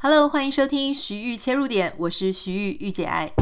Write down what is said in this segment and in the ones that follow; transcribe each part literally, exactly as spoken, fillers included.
Hello， 欢迎收听徐玉切入点，我是徐玉玉姐爱。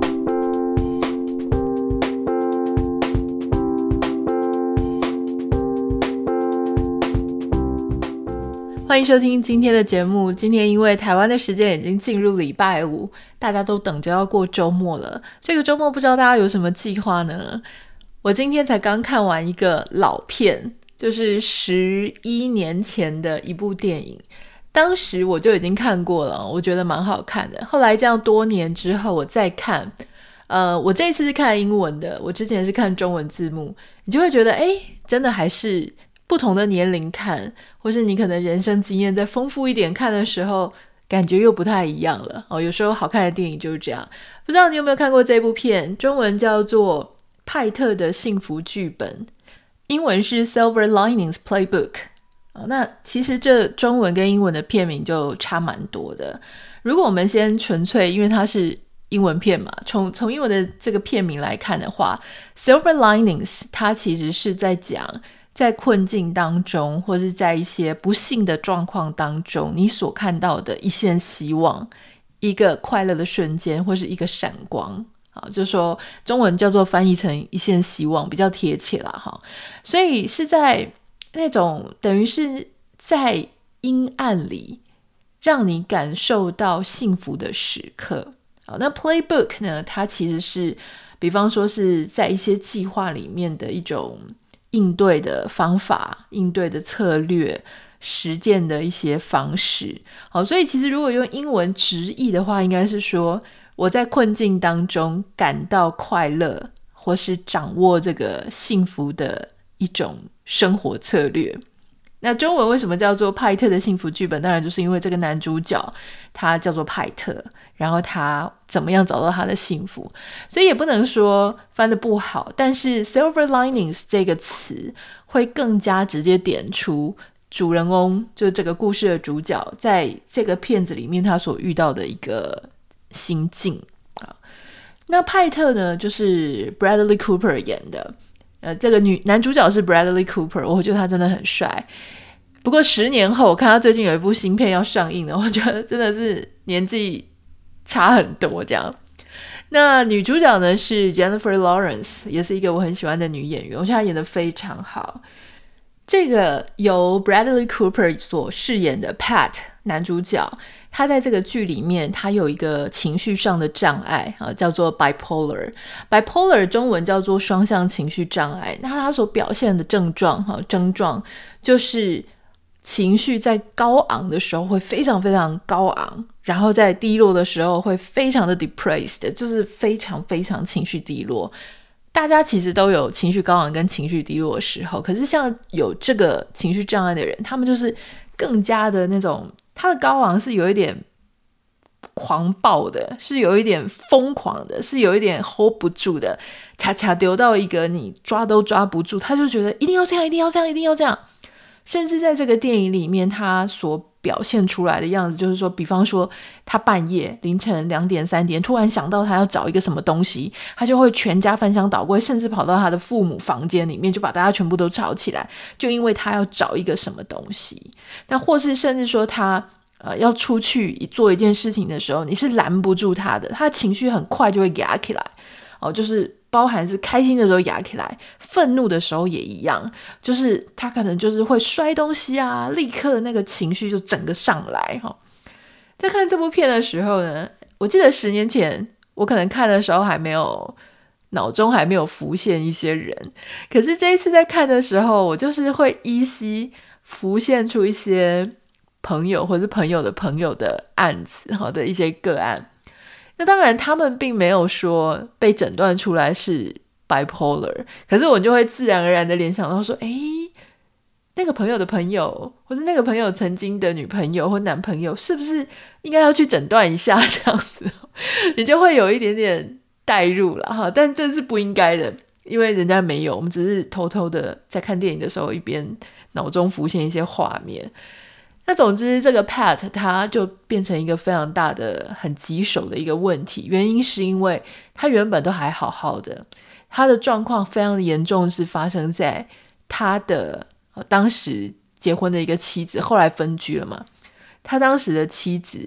欢迎收听今天的节目。今天因为台湾的时间已经进入礼拜五，大家都等着要过周末了。这个周末不知道大家有什么计划呢？我今天才刚看完一个老片，就是十一年前的一部电影。当时我就已经看过了，我觉得蛮好看的。后来这样多年之后我再看，呃，我这一次是看英文的，我之前是看中文字幕，你就会觉得诶，真的还是不同的年龄看，或是你可能人生经验再丰富一点看的时候，感觉又不太一样了。哦，有时候好看的电影就是这样。不知道你有没有看过这部片，中文叫做派特的幸福剧本，英文是 Silver Linings Playbook。那其实这中文跟英文的片名就差蛮多的。如果我们先纯粹因为它是英文片嘛，从从英文的这个片名来看的话， Silver Linings 它其实是在讲在困境当中，或是在一些不幸的状况当中，你所看到的一线希望，一个快乐的瞬间，或是一个闪光。好，就是说中文叫做翻译成一线希望比较贴切啦哈。所以是在那种等于是在阴暗里让你感受到幸福的时刻。好，那 playbook 呢，它其实是比方说是在一些计划里面的一种应对的方法，应对的策略，实践的一些方式。好，所以其实如果用英文直译的话，应该是说我在困境当中感到快乐，或是掌握这个幸福的一种生活策略。那中文为什么叫做派特的幸福剧本？当然就是因为这个男主角他叫做派特，然后他怎么样找到他的幸福，所以也不能说翻得不好，但是 Silver Linings 这个词会更加直接点出主人公，就是这个故事的主角在这个片子里面他所遇到的一个心境。那派特呢，就是 Bradley Cooper 演的，呃，这个女男主角是 Bradley Cooper， 我觉得他真的很帅。不过十年后，我看他最近有一部新片要上映了，我觉得真的是年纪差很多这样。那女主角呢是 Jennifer Lawrence， 也是一个我很喜欢的女演员，我觉得她演得非常好。这个由 Bradley Cooper 所饰演的 Pat 男主角，他在这个剧里面他有一个情绪上的障碍、啊、叫做 bipolar bipolar 中文叫做双向情绪障碍。那他所表现的症状、啊、症状就是情绪在高昂的时候会非常非常高昂，然后在低落的时候会非常的 depressed， 就是非常非常情绪低落。大家其实都有情绪高昂跟情绪低落的时候，可是像有这个情绪障碍的人，他们就是更加的那种，他的高昂是有一点狂暴的，是有一点疯狂的，是有一点 hold 不住的，恰恰丢到一个你抓都抓不住，他就觉得一定要这样一定要这样一定要这样。甚至在这个电影里面他所表现出来的样子，就是说比方说他半夜凌晨两点三点突然想到他要找一个什么东西，他就会全家翻箱倒柜，甚至跑到他的父母房间里面，就把大家全部都吵起来，就因为他要找一个什么东西。那或是甚至说他呃要出去做一件事情的时候，你是拦不住他的，他的情绪很快就会压起来哦，就是包含是开心的时候压起来，愤怒的时候也一样，就是他可能就是会摔东西啊，立刻那个情绪就整个上来、哦、在看这部片的时候呢，我记得十年前我可能看的时候还没有，脑中还没有浮现一些人，可是这一次在看的时候，我就是会依稀浮现出一些朋友或是朋友的朋友的案子、哦、的一些个案。那当然他们并没有说被诊断出来是 bipolar， 可是我就会自然而然的联想到说，诶，那个朋友的朋友或者那个朋友曾经的女朋友或男朋友是不是应该要去诊断一下，这样子你就会有一点点代入啦哈，但这是不应该的，因为人家没有，我们只是偷偷的在看电影的时候一边脑中浮现一些画面。那总之这个 Pat 他就变成一个非常大的很棘手的一个问题，原因是因为他原本都还好好的，他的状况非常的严重，是发生在他的、呃、当时结婚的一个妻子，后来分居了嘛，他当时的妻子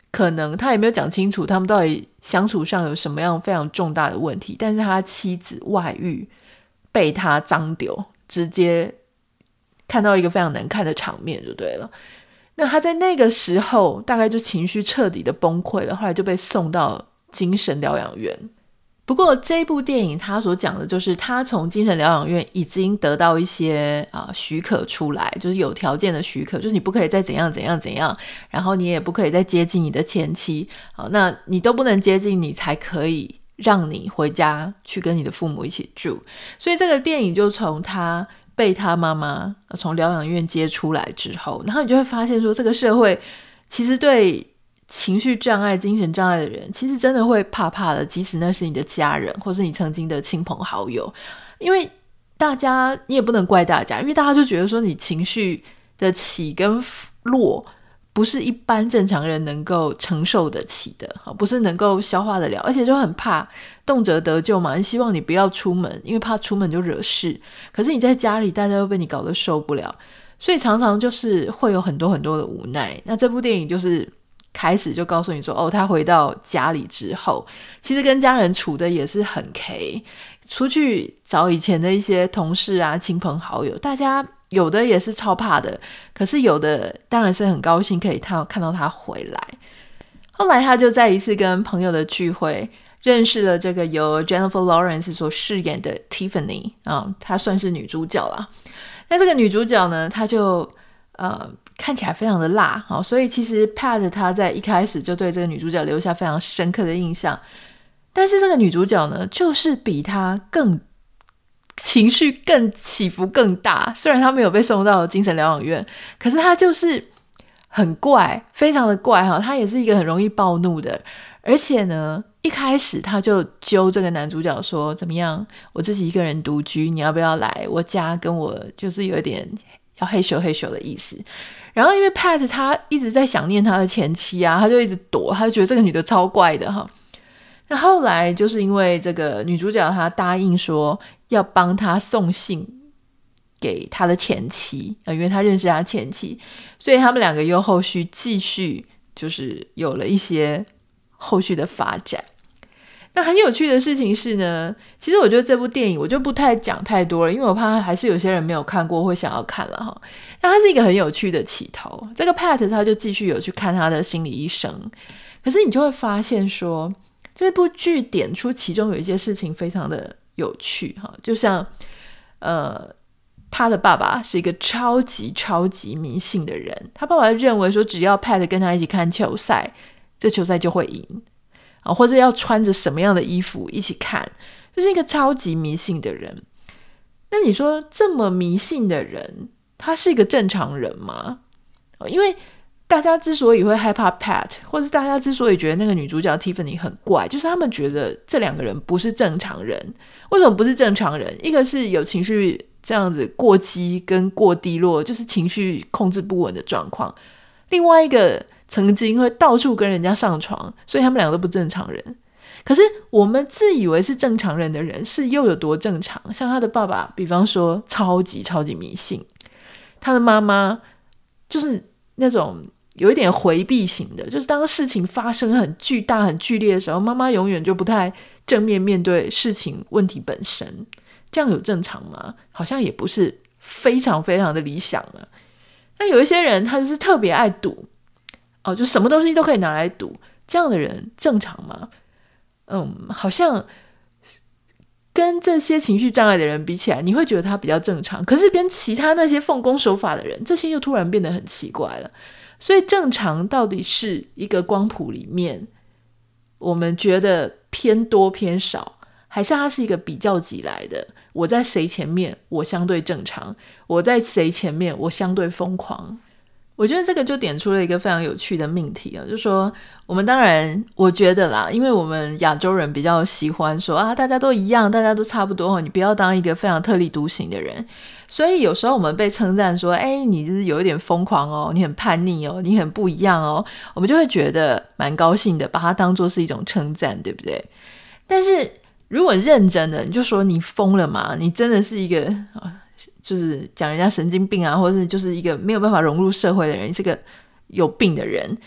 可能他也没有讲清楚他们到底相处上有什么样非常重大的问题，但是他妻子外遇被他脏丢，直接看到一个非常难看的场面就对了。那他在那个时候大概就情绪彻底的崩溃了，后来就被送到精神疗养院。不过这部电影他所讲的就是他从精神疗养院已经得到一些、呃、许可出来，就是有条件的许可，就是你不可以再怎样怎样怎样，然后你也不可以再接近你的前妻、呃、那你都不能接近，你才可以让你回家去跟你的父母一起住。所以这个电影就从他被他妈妈从疗养院接出来之后，然后你就会发现说这个社会其实对情绪障碍精神障碍的人其实真的会怕怕的，即使那是你的家人或是你曾经的亲朋好友。因为大家你也不能怪大家，因为大家就觉得说你情绪的起跟落不是一般正常人能够承受得起的，不是能够消化得了，而且就很怕动辄得咎嘛，希望你不要出门，因为怕出门就惹事。可是你在家里大家又被你搞得受不了，所以常常就是会有很多很多的无奈。那这部电影就是开始就告诉你说，哦，他回到家里之后其实跟家人处的也是很 K， 出去找以前的一些同事啊亲朋好友，大家有的也是超怕的，可是有的当然是很高兴可以看到他回来。后来他就在一次跟朋友的聚会认识了这个由 Jennifer Lawrence 所饰演的 Tiffany、嗯、她算是女主角啦。那这个女主角呢，她就呃看起来非常的辣、哦、所以其实 Pat 他在一开始就对这个女主角留下非常深刻的印象。但是这个女主角呢，就是比她更情绪更起伏更大，虽然她没有被送到精神疗养院，可是她就是很怪，非常的怪、哦、她也是一个很容易暴怒的。而且呢一开始她就揪这个男主角说，怎么样，我自己一个人独居，你要不要来我家跟我，就是有点要嘿咻嘿咻的意思。然后因为 Pat 他一直在想念他的前妻啊，他就一直躲，他就觉得这个女的超怪的哈。那后来就是因为这个女主角她答应说要帮他送信给他的前妻、呃、因为他认识他前妻，所以他们两个又后续继续就是有了一些后续的发展。那很有趣的事情是呢，其实我觉得这部电影我就不太讲太多了，因为我怕还是有些人没有看过会想要看了哈。那它是一个很有趣的起头，这个 Pat 他就继续有去看他的心理医生，可是你就会发现说这部剧点出其中有一些事情非常的有趣哈，就像呃他的爸爸是一个超级超级迷信的人，他爸爸认为说只要 Pat 跟他一起看球赛，这球赛就会赢，或者要穿着什么样的衣服一起看，就是一个超级迷信的人。那你说这么迷信的人他是一个正常人吗？因为大家之所以会害怕 Pat， 或是大家之所以觉得那个女主角 Tiffany 很怪，就是他们觉得这两个人不是正常人。为什么不是正常人？一个是有情绪这样子过激跟过低落，就是情绪控制不稳的状况，另外一个曾经会到处跟人家上床，所以他们两个都不正常人。可是我们自以为是正常人的人是又有多正常？像他的爸爸比方说超级超级迷信，他的妈妈就是那种有一点回避型的，就是当事情发生很巨大很剧烈的时候，妈妈永远就不太正面面对事情问题本身。这样有正常吗？好像也不是非常非常的理想了。那有一些人他就是特别爱赌哦，就什么东西都可以拿来赌，这样的人正常吗？嗯，好像跟这些情绪障碍的人比起来，你会觉得他比较正常，可是跟其他那些奉公守法的人，这些又突然变得很奇怪了。所以正常到底是一个光谱里面我们觉得偏多偏少，还是它是一个比较级来的，我在谁前面我相对正常，我在谁前面我相对疯狂。我觉得这个就点出了一个非常有趣的命题啊，就是说我们当然我觉得啦，因为我们亚洲人比较喜欢说啊，大家都一样，大家都差不多，你不要当一个非常特立独行的人。所以有时候我们被称赞说哎，你就是有一点疯狂哦，你很叛逆哦，你很不一样哦，我们就会觉得蛮高兴的，把它当作是一种称赞，对不对？但是如果认真的，你就说你疯了嘛，你真的是一个就是讲人家神经病啊，或者是就是一个没有办法融入社会的人，是个有病的人，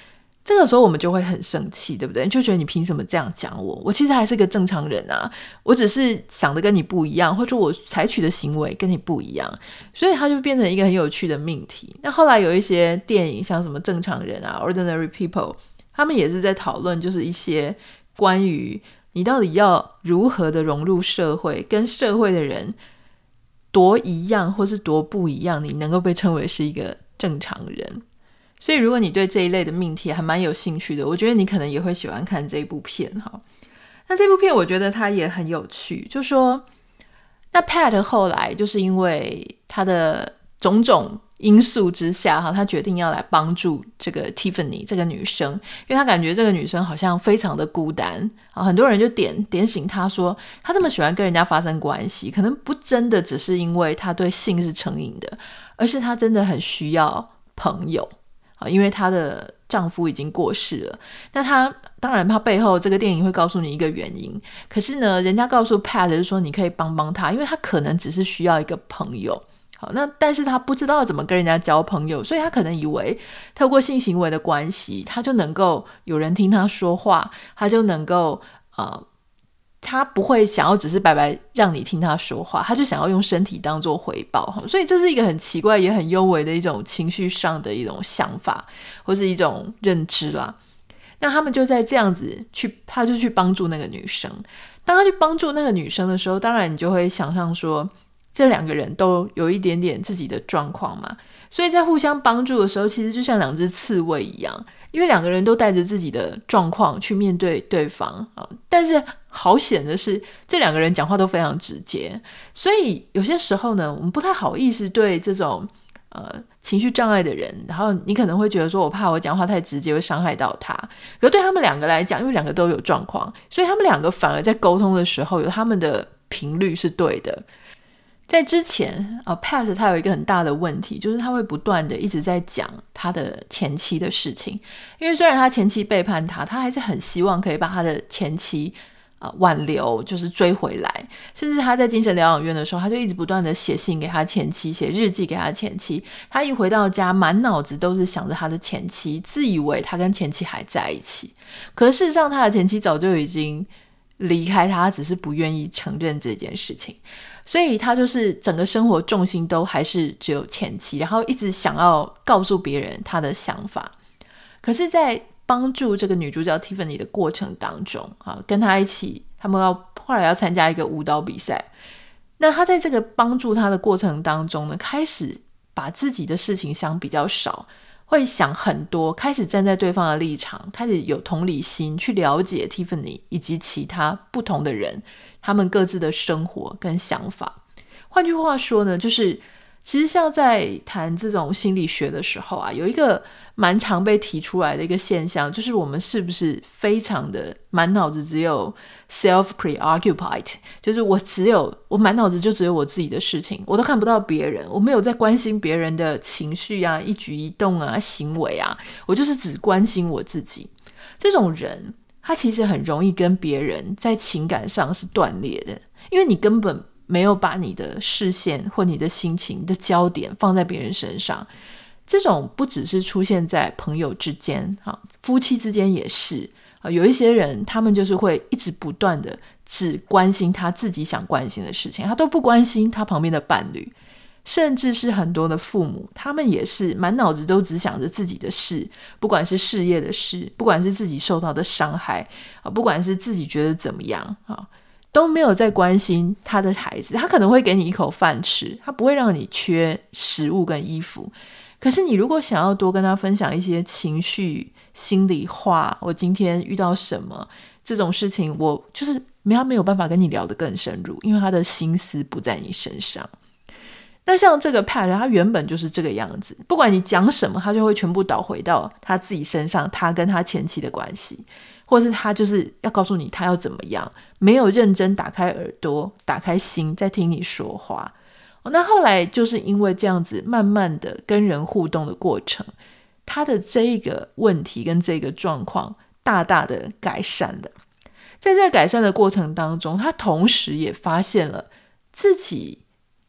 这个时候我们就会很生气，对不对？就觉得你凭什么这样讲我？我其实还是个正常人啊，我只是想的跟你不一样，或者我采取的行为跟你不一样，所以它就变成一个很有趣的命题。那后来有一些电影，像什么正常人啊 Ordinary People， 他们也是在讨论就是一些关于你到底要如何的融入社会，跟社会的人多一样或是多不一样，你能够被称为是一个正常人。所以如果你对这一类的命题还蛮有兴趣的，我觉得你可能也会喜欢看这一部片哈。那这部片我觉得它也很有趣，就说那 Pat 后来就是因为他的种种因素之下哈，他决定要来帮助这个 Tiffany 这个女生，因为他感觉这个女生好像非常的孤单啊，很多人就点点醒他说，他这么喜欢跟人家发生关系，可能不真的只是因为他对性是成瘾的，而是他真的很需要朋友。因为她的丈夫已经过世了，那她当然她背后这个电影会告诉你一个原因，可是呢人家告诉 Pat 是说你可以帮帮她，因为她可能只是需要一个朋友。好，那但是她不知道怎么跟人家交朋友，所以她可能以为透过性行为的关系，她就能够有人听她说话，她就能够呃他不会想要只是白白让你听他说话，他就想要用身体当做回报，所以这是一个很奇怪也很幽微的一种情绪上的一种想法或是一种认知啦。那他们就在这样子去，他就去帮助那个女生。当他去帮助那个女生的时候，当然你就会想象说这两个人都有一点点自己的状况嘛，所以在互相帮助的时候，其实就像两只刺猬一样，因为两个人都带着自己的状况去面对对方，但是好险的是这两个人讲话都非常直接，所以有些时候呢我们不太好意思对这种呃情绪障碍的人，然后你可能会觉得说我怕我讲话太直接会伤害到他，可是对他们两个来讲，因为两个都有状况，所以他们两个反而在沟通的时候有他们的频率是对的。在之前、呃、Pat 他有一个很大的问题，就是他会不断的一直在讲他的前妻的事情，因为虽然他前妻背叛他，他还是很希望可以把他的前妻、呃、挽留，就是追回来，甚至他在精神疗养院的时候，他就一直不断的写信给他前妻，写日记给他前妻，他一回到家满脑子都是想着他的前妻，自以为他跟前妻还在一起，可是事实上他的前妻早就已经离开他，只是不愿意承认这件事情，所以他就是整个生活重心都还是只有前妻，然后一直想要告诉别人他的想法。可是在帮助这个女主角 Tiffany 的过程当中、啊、跟他一起他们要后来要参加一个舞蹈比赛，那他在这个帮助他的过程当中呢，开始把自己的事情想比较少，会想很多，开始站在对方的立场，开始有同理心去了解 Tiffany 以及其他不同的人他们各自的生活跟想法。换句话说呢，就是其实像在谈这种心理学的时候啊，有一个蛮常被提出来的一个现象，就是我们是不是非常的满脑子只有 self preoccupied， 就是我只有我满脑子就只有我自己的事情，我都看不到别人，我没有在关心别人的情绪啊、一举一动啊、行为啊，我就是只关心我自己。这种人他其实很容易跟别人在情感上是断裂的，因为你根本没有把你的视线或你的心情你的焦点放在别人身上。这种不只是出现在朋友之间，夫妻之间也是，有一些人他们就是会一直不断的只关心他自己想关心的事情，他都不关心他旁边的伴侣，甚至是很多的父母，他们也是满脑子都只想着自己的事，不管是事业的事，不管是自己受到的伤害，不管是自己觉得怎么样，都没有在关心他的孩子。他可能会给你一口饭吃，他不会让你缺食物跟衣服，可是你如果想要多跟他分享一些情绪心里话，我今天遇到什么这种事情，我就是他没有办法跟你聊得更深入，因为他的心思不在你身上。那像这个 Pat 他原本就是这个样子，不管你讲什么他就会全部导回到他自己身上，他跟他前妻的关系，或是他就是要告诉你他要怎么样，没有认真打开耳朵打开心在听你说话。那后来就是因为这样子慢慢的跟人互动的过程，他的这一个问题跟这个状况大大的改善了。在这个改善的过程当中，他同时也发现了自己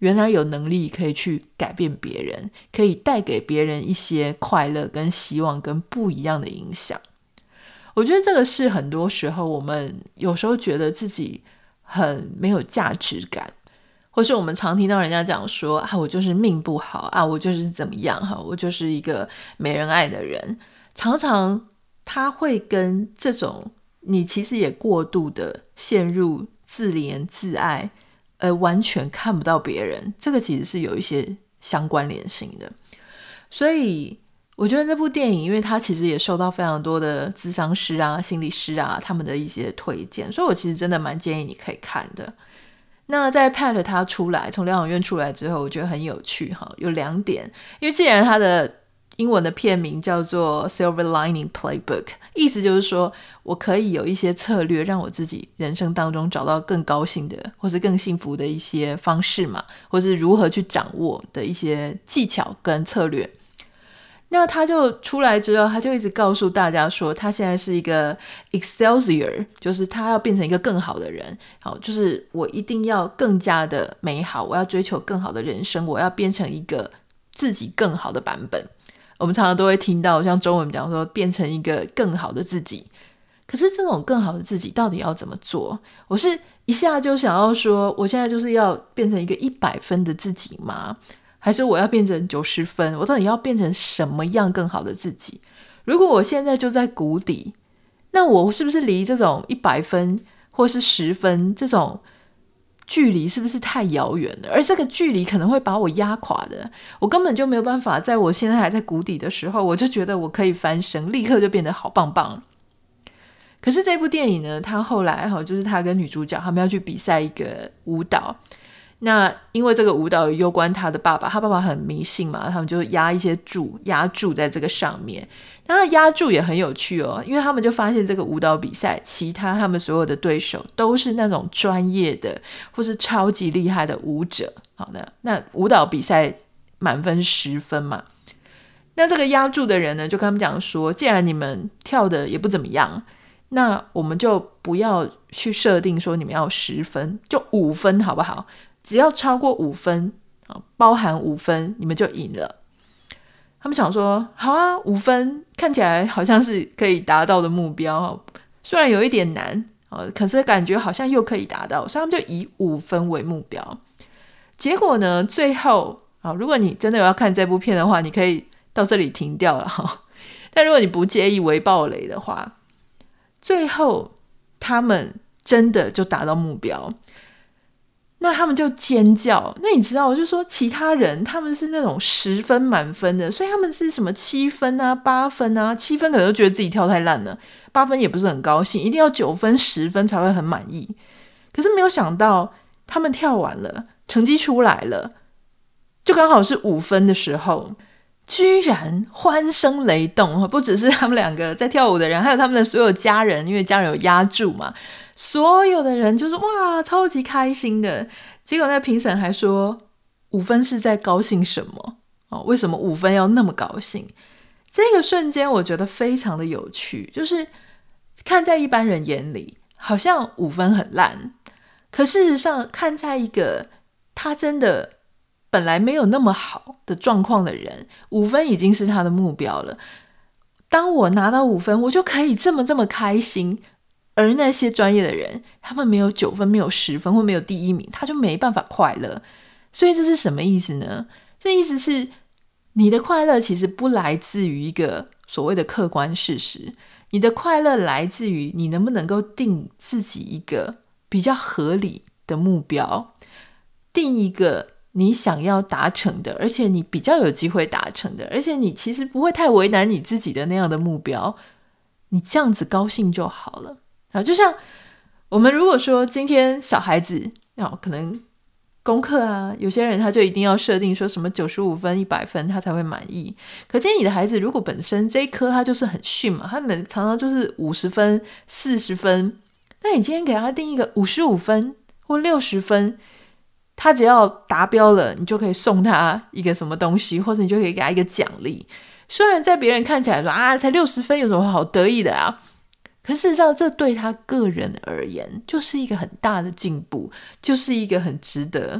原来有能力可以去改变别人，可以带给别人一些快乐跟希望跟不一样的影响。我觉得这个是很多时候我们有时候觉得自己很没有价值感，或是我们常听到人家讲说啊，我就是命不好啊，我就是怎么样哈，我就是一个没人爱的人。常常他会跟这种你其实也过度的陷入自怜自爱，呃，完全看不到别人，这个其实是有一些相关联性的。所以我觉得这部电影因为它其实也受到非常多的咨商师啊心理师啊他们的一些推荐，所以我其实真的蛮建议你可以看的。那在 Pat 他出来从疗养院出来之后，我觉得很有趣哈，有两点。因为既然他的英文的片名叫做 Silver Lining Playbook， 意思就是说我可以有一些策略让我自己人生当中找到更高兴的或是更幸福的一些方式嘛，或是如何去掌握的一些技巧跟策略。那他就出来之后，他就一直告诉大家说他现在是一个 Excelsior， 就是他要变成一个更好的人，好，就是我一定要更加的美好，我要追求更好的人生，我要变成一个自己更好的版本。我们常常都会听到像中文讲说变成一个更好的自己，可是这种更好的自己到底要怎么做？我是一下就想要说我现在就是要变成一个一百分的自己吗？还是我要变成九十分？我到底要变成什么样更好的自己？如果我现在就在谷底，那我是不是离这种一百分或是十分这种距离是不是太遥远了？而这个距离可能会把我压垮的，我根本就没有办法在我现在还在谷底的时候，我就觉得我可以翻身，立刻就变得好棒棒。可是这部电影呢，他后来就是他跟女主角他们要去比赛一个舞蹈，那因为这个舞蹈有关他的爸爸，他爸爸很迷信嘛，他们就压一些注压注在这个上面。那压注也很有趣哦，因为他们就发现这个舞蹈比赛其他他们所有的对手都是那种专业的或是超级厉害的舞者。好的，那舞蹈比赛满分十分嘛，那这个压注的人呢就跟他们讲说，既然你们跳的也不怎么样，那我们就不要去设定说你们要十分，就五分好不好？只要超过五分，包含五分你们就赢了。他们想说好啊，五分看起来好像是可以达到的目标，虽然有一点难，可是感觉好像又可以达到，所以他们就以五分为目标。结果呢，最后如果你真的有要看这部片的话，你可以到这里停掉了，但如果你不介意微爆雷的话，最后他们真的就达到目标，那他们就尖叫。那你知道我就说其他人他们是那种十分满分的，所以他们是什么七分啊八分啊，七分可能就觉得自己跳太烂了，八分也不是很高兴，一定要九分十分才会很满意。可是没有想到他们跳完了，成绩出来了，就刚好是五分的时候，居然欢声雷动，不只是他们两个在跳舞的人，还有他们的所有家人，因为家人有压注嘛，所有的人就是哇超级开心的。结果那评审还说五分是在高兴什么、哦、为什么五分要那么高兴？这个瞬间我觉得非常的有趣，就是看在一般人眼里好像五分很烂，可事实上看在一个他真的本来没有那么好的状况的人，五分已经是他的目标了。当我拿到五分，我就可以这么这么开心，而那些专业的人他们没有九分没有十分或没有第一名，他就没办法快乐。所以这是什么意思呢？这意思是你的快乐其实不来自于一个所谓的客观事实，你的快乐来自于你能不能够定自己一个比较合理的目标，定一个你想要达成的，而且你比较有机会达成的，而且你其实不会太为难你自己的那样的目标，你这样子高兴就好了。就像我们如果说今天小孩子、哦、可能功课啊，有些人他就一定要设定说什么九十五分一百分他才会满意，可见你的孩子如果本身这一科他就是很逊嘛，他们常常就是五十分四十分，那你今天给他定一个五十五分或六十分，他只要达标了，你就可以送他一个什么东西，或者你就可以给他一个奖励。虽然在别人看起来说啊，才六十分有什么好得意的啊，可事实上这对他个人而言就是一个很大的进步，就是一个很值得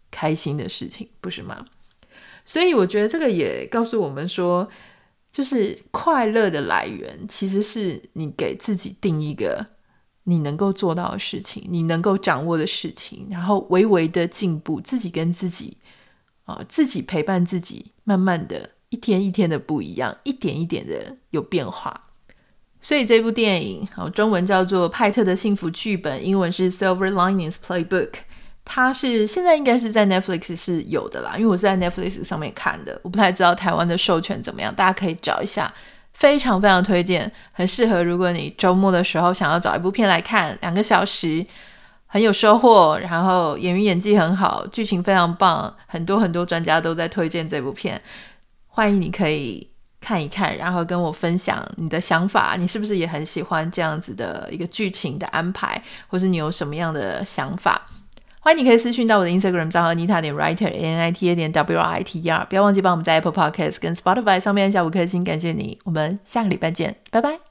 开心的事情，不是吗？所以我觉得这个也告诉我们说，就是快乐的来源其实是你给自己定一个你能够做到的事情，你能够掌握的事情，然后微微的进步，自己跟自己、呃、自己陪伴自己，慢慢的一天一天的不一样，一点一点的有变化。所以这部电影、哦、中文叫做派特的幸福剧本，英文是 Silver Linings Playbook， 它是现在应该是在 Netflix 是有的啦，因为我是在 Netflix 上面看的，我不太知道台湾的授权怎么样，大家可以找一下，非常非常推荐，很适合如果你周末的时候想要找一部片来看，两个小时很有收获，然后演员演技很好，剧情非常棒，很多很多专家都在推荐这部片，欢迎你可以看一看，然后跟我分享你的想法，你是不是也很喜欢这样子的一个剧情的安排，或是你有什么样的想法，欢迎你可以私讯到我的 Instagram 账号 Nita 点 Writer A N I T A 点 W R I T E R， 不要忘记帮我们在 Apple Podcast 跟 Spotify 上面下五颗星，感谢你，我们下个礼拜见，拜拜。